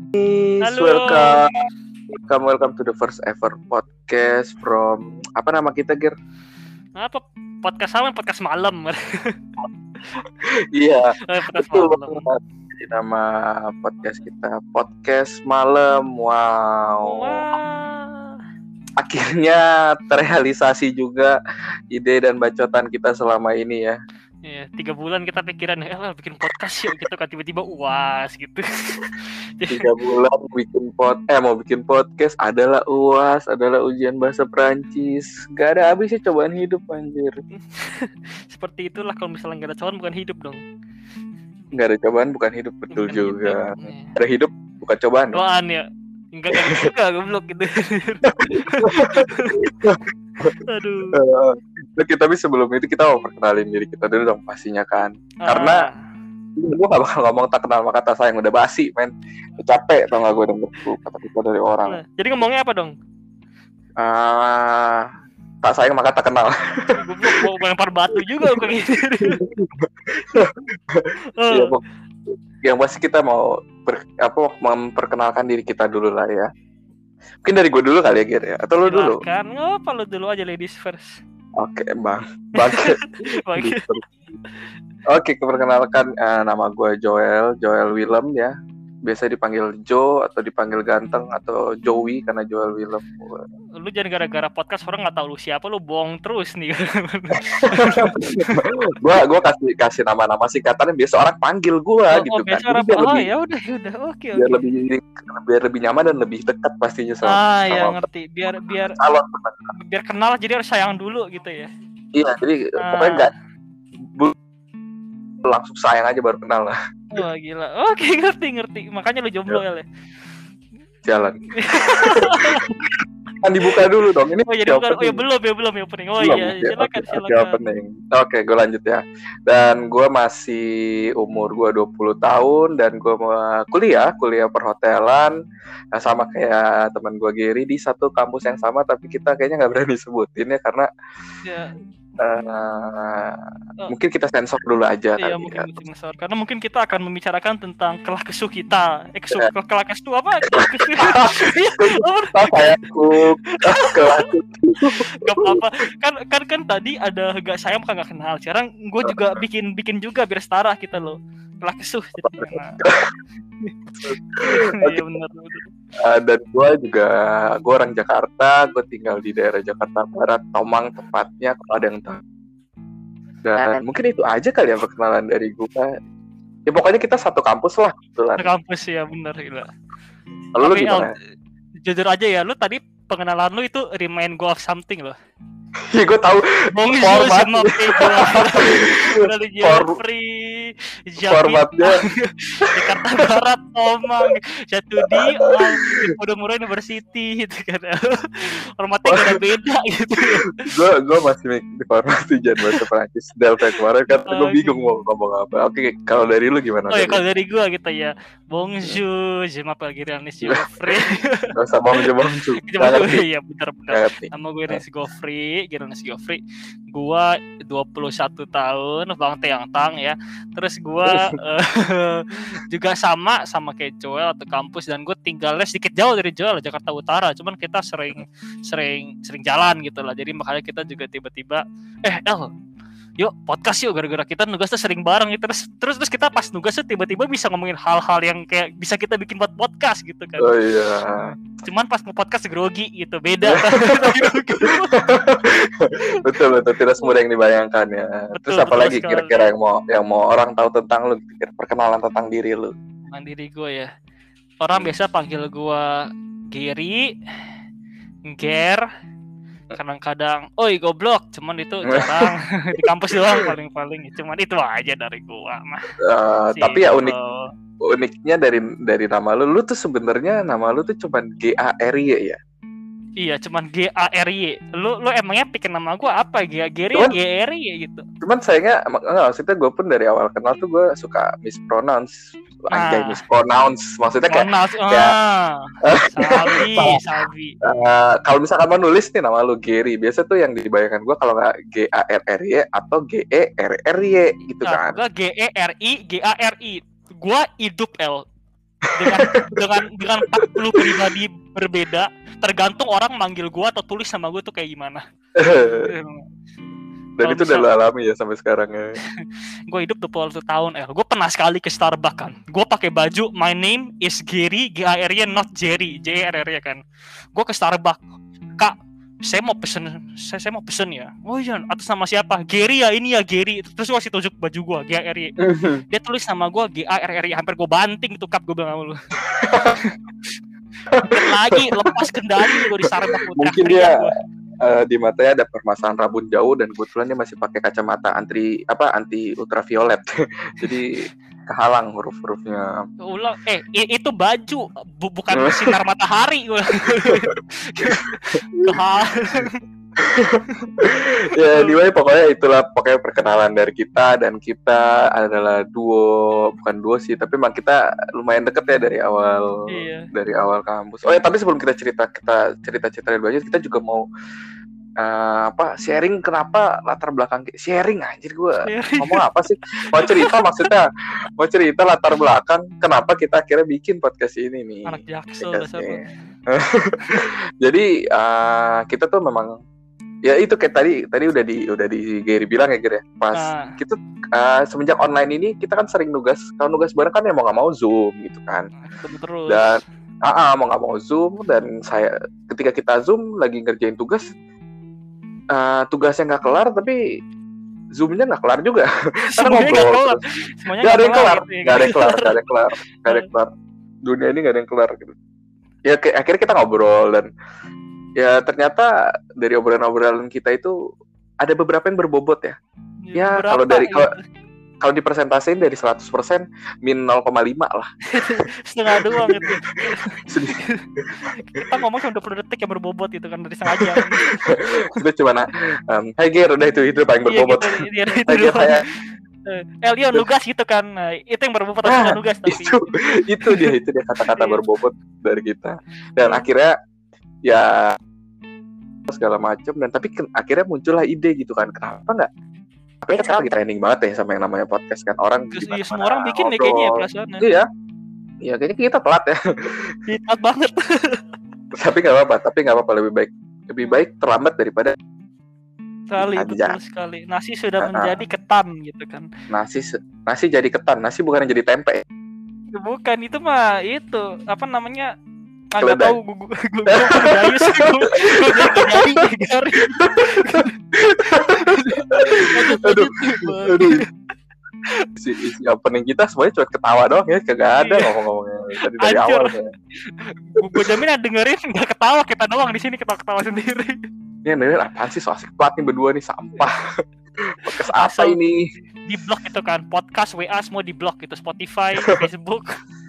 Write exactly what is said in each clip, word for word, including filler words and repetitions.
Please Halo. welcome, welcome, welcome to the first ever podcast from apa nama kita, Ger? Apa podcast apa? Podcast malam. Iya, Oh, podcast betul malam. banget. Jadi nama podcast kita podcast malam. Wow. Wah. Akhirnya terrealisasi juga ide dan bacotan kita selama ini ya. Ya, tiga bulan kita pikiran ya lah bikin podcast yuk gitu kan, tiba-tiba uas gitu. Tiga bulan bikin pod, eh mau bikin podcast, adalah uas, adalah ujian bahasa Perancis, gak ada habisnya cobaan hidup anjir. Seperti itulah kalau misalnya nggak ada cobaan bukan hidup dong. Nggak ada cobaan bukan hidup, betul Bukan juga. hidup, ya. Ada hidup bukan cobaan. Cobaan ya. Enggak kan juga goblok gitu. Aduh. Uh, Oke, tapi sebelum itu kita mau perkenalin diri kita dulu dong pastinya kan. Karena Ah. gue gak bakal ngomong tak kenal maka kata sayang, udah basi men. Udah capek tau gak gue denger tuh kata-kata dari orang. Nah, jadi ngomongnya apa dong? uh, Tak sayang maka tak kenal. Goblok mau lempar batu juga kayak gitu. Iya, Bok. Yang pasti kita mau per, apa memperkenalkan diri kita dulu lah ya. Mungkin dari gue dulu kali ya, Gir ya. Atau lu dulu? Kan ngapa lu dulu aja, ladies first. Oke, Bang. Bangke. Bagi. Oke, keperkenalkan uh, nama gue Joel, Joel Willem ya. Biasa dipanggil Jo atau dipanggil ganteng atau Joey karena Joel Willem. Lu jangan gara-gara podcast orang nggak tahu lu siapa, lu bohong terus nih. Gua gua kasih kasih nama-nama singkatannya biasa orang panggil gua oh, gitu oh, kan. biasa orang, biar oh lebih, ya udah ya udah oke biar oke. lebih biar lebih nyaman dan lebih dekat pastinya sama. Ah ya sama ngerti. Biar biar calon. biar kenal jadi harus sayang dulu gitu ya. Iya, jadi Ah. pokoknya enggak langsung sayang aja baru kenal lah. Wah gila. Oke ngerti ngerti. Makanya lu jomblo ya. Jalan. Kan dibuka dulu dong. Ini Oh jadi bukan. Oh ya belum ya belum ya opening. Oh belum, iya ya, silakan oke, silakan. oke, opening. Oke, gue lanjut ya. Dan gue masih umur gue dua puluh tahun dan gue mau kuliah, kuliah perhotelan. Nah, sama kayak teman gue Gary di satu kampus yang sama, tapi kita kayaknya nggak berani sebutin ya karena Ya. Uh, Oh. mungkin kita sensor dulu aja Iya kali mungkin ya. sensor karena mungkin kita akan membicarakan tentang kelah kesuh kita. Eh kesuh yeah. kelah kesuh apa? Kesuh. Sayangku, kelah. Gak apa-apa. Kan kan kan tadi ada gak sayang kan gak kenal. Sekarang gue juga bikin bikin juga biar setara kita loh. Kelah kesuh. Iya benar. Uh, dan gue juga gue orang Jakarta, gue tinggal di daerah Jakarta Barat, Tomang tepatnya kalau ada yang tahu. Dan mungkin itu aja kali ya perkenalan dari gue. Ya pokoknya kita satu kampus lah, betulan. Satu kampus ya benar gila. Lalu lu gimana? Jujur aja ya, lu tadi pengenalan lu itu remind gue of something loh. Iya gue tahu. Bonjour, dari Jeffrey, formatnya Jakarta Barat, Tomang, Jatuh di Podomoro University gitu kan. Formatnya gak ada beda gitu. Gue gue masih mikir format ujian bahasa Perancis Delta kemarin kan gue bingung mau ngomong apa. Oke, kalau dari lu gimana? Oh ya kalau dari gue gitu ya. Bonjour, je m'appelle Giranis Geoffrey. Gak usah bonjour bonjour. Iya benar-benar. Nama gue Giranis Geoffrey, Giranis Geoffrey. Gua dua puluh satu tahun, Bang Teang Tang ya. Terus gua uh, juga sama sama kayak Joel atau kampus dan gue tinggalnya sedikit jauh dari Joel, Jakarta Utara. Cuman kita sering sering sering jalan gitu lah. Jadi makanya kita juga tiba-tiba eh El yuk podcast yuk, gara-gara kita nugasnya sering bareng gitu. Terus terus terus kita pas nugasnya tiba-tiba bisa ngomongin hal-hal yang kayak bisa kita bikin buat podcast gitu kan. Oh iya. Cuman pas mau podcast grogi gitu, beda. Betul betul, tidak semudah yang dibayangkan ya. Betul, terus apa lagi sekali. Kira-kira yang mau yang mau orang tahu tentang lu, perkenalan tentang diri lu? Tentang diri gue ya. Orang biasa panggil gue Gary, Ger. Kadang-kadang, oi goblok, cuman itu jarang di kampus doang paling-paling, cuman itu aja dari gua mah. Uh, tapi ya unik, uniknya dari dari nama lu, lu tuh sebenarnya nama lu tuh cuman G A R Y ya? Iya, cuman G A R Y. Lu lu emangnya pikir nama gua apa? G A R Y G A R Y gitu. Cuman sayangnya enggak, maksudnya gue pun dari awal kenal tuh gue suka mispronounce. Anjay, nah. mispronounce. Maksudnya kayak Pronounce, kayak ah. Sabi, Sabi. Uh, kalau misalkan mau nulis nih nama lu Gary, biasa tuh yang dibayangkan gue kalau nggak G A R R Y atau G E R R Y gitu nah, kan. Gua G E R I G A R I. Gua hidup L. dengan dengan dengan empat puluh pribadi berbeda, tergantung orang manggil gue atau tulis sama gue tuh kayak gimana. Dan kalo itu misal, udah lo alami ya sampai sekarang ya. Gue hidup dua puluh satu tahun, eh. Gue pernah sekali ke Starbucks kan. Gue pakai baju my name is Gary, G A R Y not Jerry, J R R Y kan. Gue ke Starbucks, Kak, saya mau pesen, saya, saya mau pesen ya. Oh iya, atas nama siapa? Gary ya, ini ya Gary. Terus gue kasih tunjuk baju gue, G A R Y. Dia tulis nama gue G A R R Y, hampir gue banting tuh cup, gue bilang sama lu. Lagi lepas kendali gue di Starbucks. Mungkin dia uh, di matanya ada permasalahan rabun jauh dan kebetulan dia masih pakai kacamata anti apa anti ultraviolet. Jadi kehalang huruf-hurufnya. Ulang, eh itu baju bu- bukan sinar matahari. Kehalang. Ya anyway pokoknya itulah pokoknya perkenalan dari kita, dan kita adalah duo, bukan duo sih tapi memang kita lumayan deket ya dari awal. Iya. Dari awal kampus. Oh ya tapi sebelum kita cerita kita cerita cerita dari baju, kita juga mau uh, apa sharing kenapa latar belakang sharing anjir gue ngomong apa sih mau cerita maksudnya mau cerita latar belakang kenapa kita akhirnya bikin podcast ini nih. Anak Jaksel jadi uh, kita tuh memang ya itu kayak tadi tadi udah di udah di Gary bilang ya Gary ya. Pas nah. kita uh, semenjak online ini kita kan sering nugas, kalau nugas bareng kan ya mau nggak mau Zoom gitu kan. Terus. Dan ah uh, uh, mau nggak mau Zoom, dan saya ketika kita Zoom lagi ngerjain tugas uh, tugasnya nggak kelar tapi Zoom-nya nggak kelar juga. Karena ngobrol. Nggak ada yang kelar, nggak ada yang kelar, nggak ada yang kelar, nggak ada yang kelar. Dunia ini nggak ada yang kelar gitu. Ya ke- akhirnya kita ngobrol, dan ya ternyata dari obrolan-obrolan kita itu ada beberapa yang berbobot ya. Ya, ya kalau dari kalau kalau dipresentasiin dari seratus persen min nol koma lima lah. Setengah doang gitu. Kita ngomong cuma dua puluh detik yang berbobot gitu kan dari setengah jam. Itu cuma um, hai Ger, udah itu itu paling berbobot. Iya gitu. Itu kayak Elio nugas gitu kan. Nah, itu yang berbobot atau nah, nugas tapi. Itu itu dia itu dia kata-kata berbobot dari kita. Dan akhirnya ya segala macam, dan tapi ke, akhirnya muncullah ide gitu kan, kenapa nggak apa ya, kita lagi training banget ya sama yang namanya podcast kan, orang iya, semua orang bikin nih kayaknya ya perasaannya. Iya iya kayaknya kita telat ya telat banget. Tapi nggak apa-apa tapi nggak apa-apa lebih baik lebih baik terlambat daripada sekali. Betul sekali, nasi sudah uh-huh. menjadi ketan gitu kan. Nasi nasi jadi ketan, nasi bukan jadi tempe. Bukan, itu mah itu apa namanya, nggak tahu gue gue gue Dayus gue jadi Gary. Aduh, aduh. Isi, isi opening kita semuanya cuma ketawa doang ya, kagak ada ngomong-ngomongnya tadi dari awal. Gue jamin ada dengerin nggak ketawa, kita doang di sini ketawa-ketawa sendiri. Ini dengerin apaan sih, so asik banget nih berdua nih, sampah. Podcast apa ini? Di blog itu kan, podcast W A semua di blog itu, Spotify, Facebook.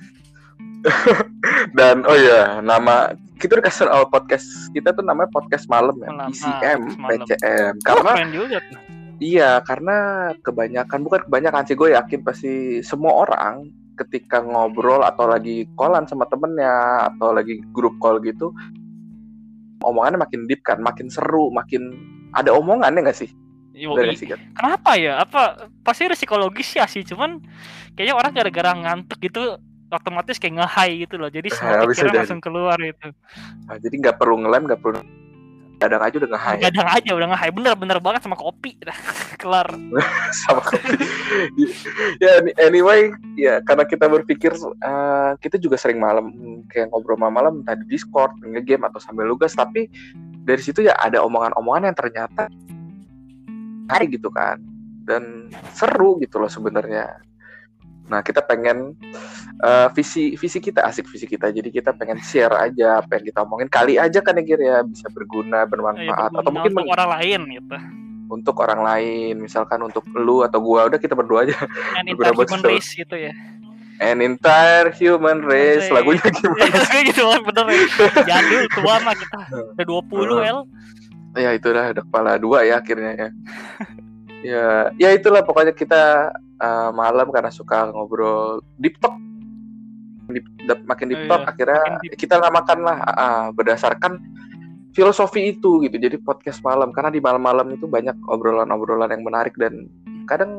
Dan oh ya, nama kita udah kasih awal podcast kita tuh namanya podcast malam ya, P C M, P C M. Karena iya, karena kebanyakan bukan kebanyakan sih, gue yakin pasti semua orang ketika ngobrol atau lagi callan sama temennya atau lagi grup call gitu, omongannya makin deep kan, makin seru, makin ada omongannya nggak sih? Yo, i- sih kan? Kenapa ya? Apa pasti ada psikologis ya sih, cuman kayaknya orang gara-gara ngantuk gitu otomatis kayak nge-high gitu loh, jadi semua pikiran langsung keluar gitu. Nah, jadi nggak perlu ngelem, nggak perlu gadang aja udah nge-high. Gadang aja udah nge-high, bener-bener banget sama kopi, kelar. Sama kopi. Ya anyway, ya karena kita berpikir uh, kita juga sering malam kayak ngobrol malam tadi Discord, nge-game atau sambil nugas, tapi dari situ ya ada omongan-omongan yang ternyata high gitu kan, dan seru gitu loh sebenarnya. Nah kita pengen uh, visi visi kita asik visi kita, jadi kita pengen share aja apa yang kita omongin, kali aja kan ya Gir ya bisa berguna bermanfaat ya, berguna atau mungkin untuk men- orang lain gitu. Untuk orang lain, misalkan untuk lu atau gua, udah kita berdua aja. An entire human race gitu ya. An entire human race, Masih, lagunya gimana? Ya, gitu bener ya. Jadul tua mah kita udah dua puluh El. Ya itulah udah kepala dua ya akhirnya ya. Ya ya itulah pokoknya kita Uh, malam karena suka ngobrol deep talk, deep, makin deep talk, oh, iya. Akhirnya deep. Kita namakan lah uh, berdasarkan filosofi itu gitu. Jadi podcast malam karena di malam-malam itu banyak obrolan-obrolan yang menarik dan kadang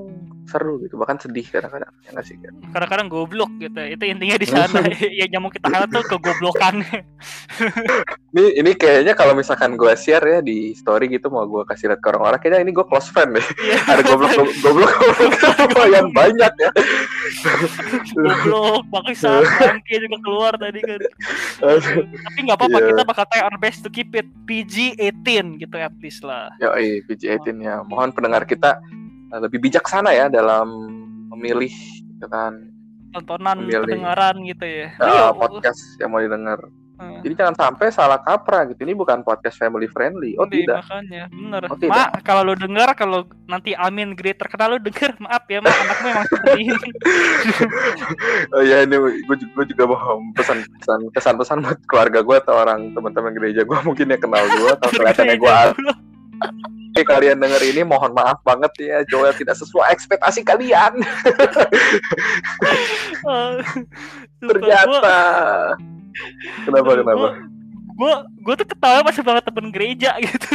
seru gitu, bahkan sedih kadang-kadang, ya nggak sih kan? Kadang-kadang goblok gitu, itu intinya di sana. Yang mau kita highlight tuh kegoblokannya. Ini ini kayaknya kalau misalkan gue share ya di story gitu, mau gue kasih lihat ke orang-orang, kayaknya ini gue close friend deh. Iya. Ada goblok goblok goblok yang banyak ya. Goblok, bangsat, bangke juga keluar tadi kan. Tapi nggak apa-apa, yeah. Kita bakal try our best to keep it P G eighteen gitu at least lah. Yoi, P G eighteen ya. Mohon pendengar kita lebih bijaksana ya dalam memilih gitu kan, tontonan, memilih pendengaran gitu ya. Uh, podcast yang mau didengar. Hmm. Jadi jangan sampai salah kaprah gitu. Ini bukan podcast family friendly. Oh Nih, tidak. Makanya bener. Oh, Mak, kalau lu dengar, kalau nanti Amin Gede terkenal, lu denger, maaf ya, mak, anakmu emang seperti ini. Oh ya, ini gue juga, gue juga mau pesan-pesan pesan-pesan buat keluarga gue atau orang teman-teman gereja gue mungkin yang kenal gue atau kelihatannya gue. Oke, kalian denger ini mohon maaf banget ya, Joel tidak sesuai ekspektasi kalian. Oh, ternyata gua, kenapa gua, kenapa gue gue tuh ketawa masih banget temen gereja gitu.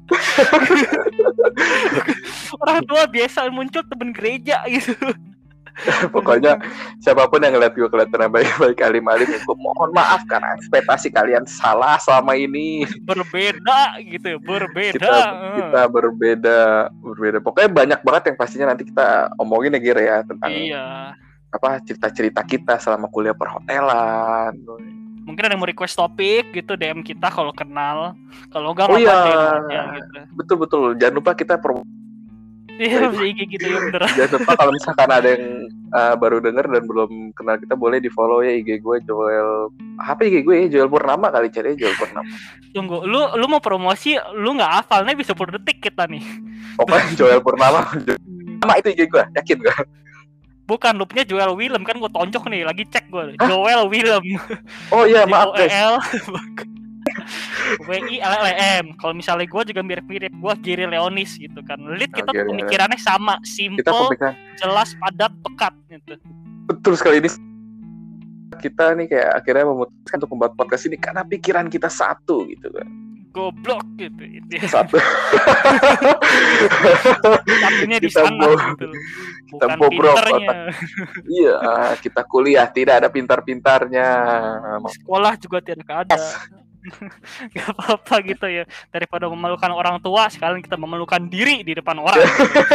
Orang tua biasa muncul temen gereja gitu. Pokoknya siapapun yang ngeliat gue kelihatan baik-baik, alim-alim, gue mohon maaf karena ekspektasi kalian salah selama ini. Berbeda gitu, berbeda. Kita, kita berbeda, berbeda. Pokoknya banyak banget yang pastinya nanti kita omongin ya Gire ya tentang iya. apa cerita-cerita kita selama kuliah perhotelan. Mungkin ada yang mau request topik gitu, D M kita kalau kenal. Kalau enggak oh iya, aja, gitu. Betul betul. Jangan lupa kita promo. Iya, I G gitu ya bener. Jangan lupa kalau misalkan ada yang uh, baru denger dan belum kenal kita, boleh di follow ya I G gue Joel. Apa I G gue ya? Joel Purnama kali, cari Joel Purnama. Tunggu, lu lu mau promosi, lu nggak hafalnya bisa sepuluh detik kita nih. Pokoknya Joel Purnama. Nama itu I G gue, yakin gue. Bukan, loopnya Joel Willem kan gue tonjok nih, lagi cek gue. Hah? Joel Willem. Oh iya, maaf guys. W I L L M. Kalau misalnya gue juga mirip-mirip, gue Giri Leonis gitu kan. Lihat kita oh, pemikirannya sama, simple, jelas, padat, pekat gitu. Betul sekali, ini kita nih kayak akhirnya memutuskan untuk membuat podcast ini karena pikiran kita satu gitu kan. Goblok gitu itu. Satu. Satunya di sana gitu. Kita bobrok. Iya, kita kuliah tidak ada pintar-pintarnya. Sekolah juga tidak ada. Gak apa-apa gitu ya. Daripada memalukan orang tua, sekalian kita memalukan diri di depan orang.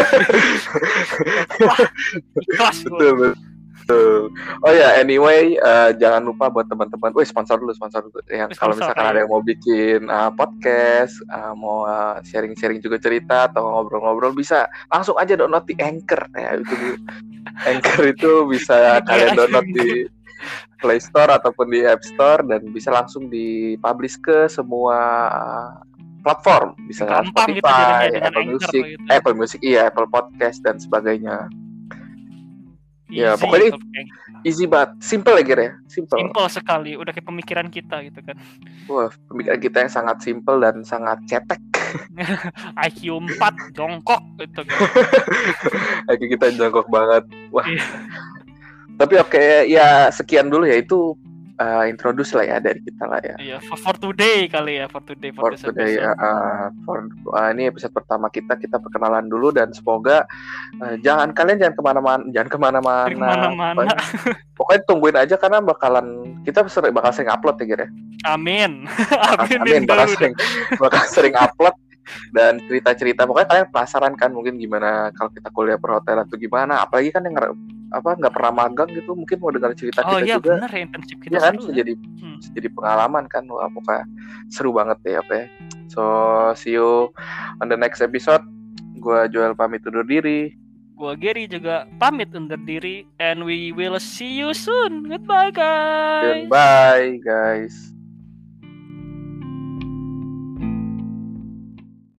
Wah, ikhlas gue. Oh ya, yeah, anyway, uh, jangan lupa buat teman-teman, wih sponsor dulu, sponsor dulu. Yang kalau misalkan ya. Ada yang mau bikin uh, podcast, uh, mau uh, sharing-sharing juga cerita atau ngobrol-ngobrol, bisa langsung aja download di Anchor ya. Itu di Anchor itu bisa kalian download di Play Store ataupun di App Store dan bisa langsung dipublish ke semua platform, bisa gampang Spotify, gitu, Apple Music, gitu. Apple Music, iya, Apple Podcast dan sebagainya. Easy, ya pokoknya okay. Easy banget, simple ya Gir ya, simple. Simple sekali, udah kayak pemikiran kita gitu kan. Wah, pemikiran kita yang sangat simple dan sangat cetek. I Q empat jongkok gitu kan. I Q kita jongkok banget. Wah. Tapi oke okay, ya sekian dulu ya, itu uh, introduce lah ya dari kita lah ya. Iya, for, for today kali ya, for today for, for today ya. Uh, for uh, ini episode pertama kita, kita perkenalan dulu dan semoga uh, jangan kalian jangan kemana-mana, jangan kemana-mana. Kemana-mana. Pokoknya tungguin aja karena bakalan kita sering, bakal sering upload ya Gir ya. Amin. Amin. Amin. Bakal sering, bakal sering upload. Dan cerita-cerita, pokoknya kalian penasaran kan mungkin gimana kalau kita kuliah perhotelan tuh gimana, apalagi kan yang apa nggak pernah magang gitu, mungkin mau dengar cerita oh, kita iya, juga. Bener, ya, internship kita ya kan seru, jadi hmm. jadi pengalaman kan. Wah, pokoknya seru banget ya apa ya. So see you on the next episode. Gua Joel pamit undur diri. Gua Gary juga pamit undur diri, and we will see you soon. Goodbye guys. Goodbye guys.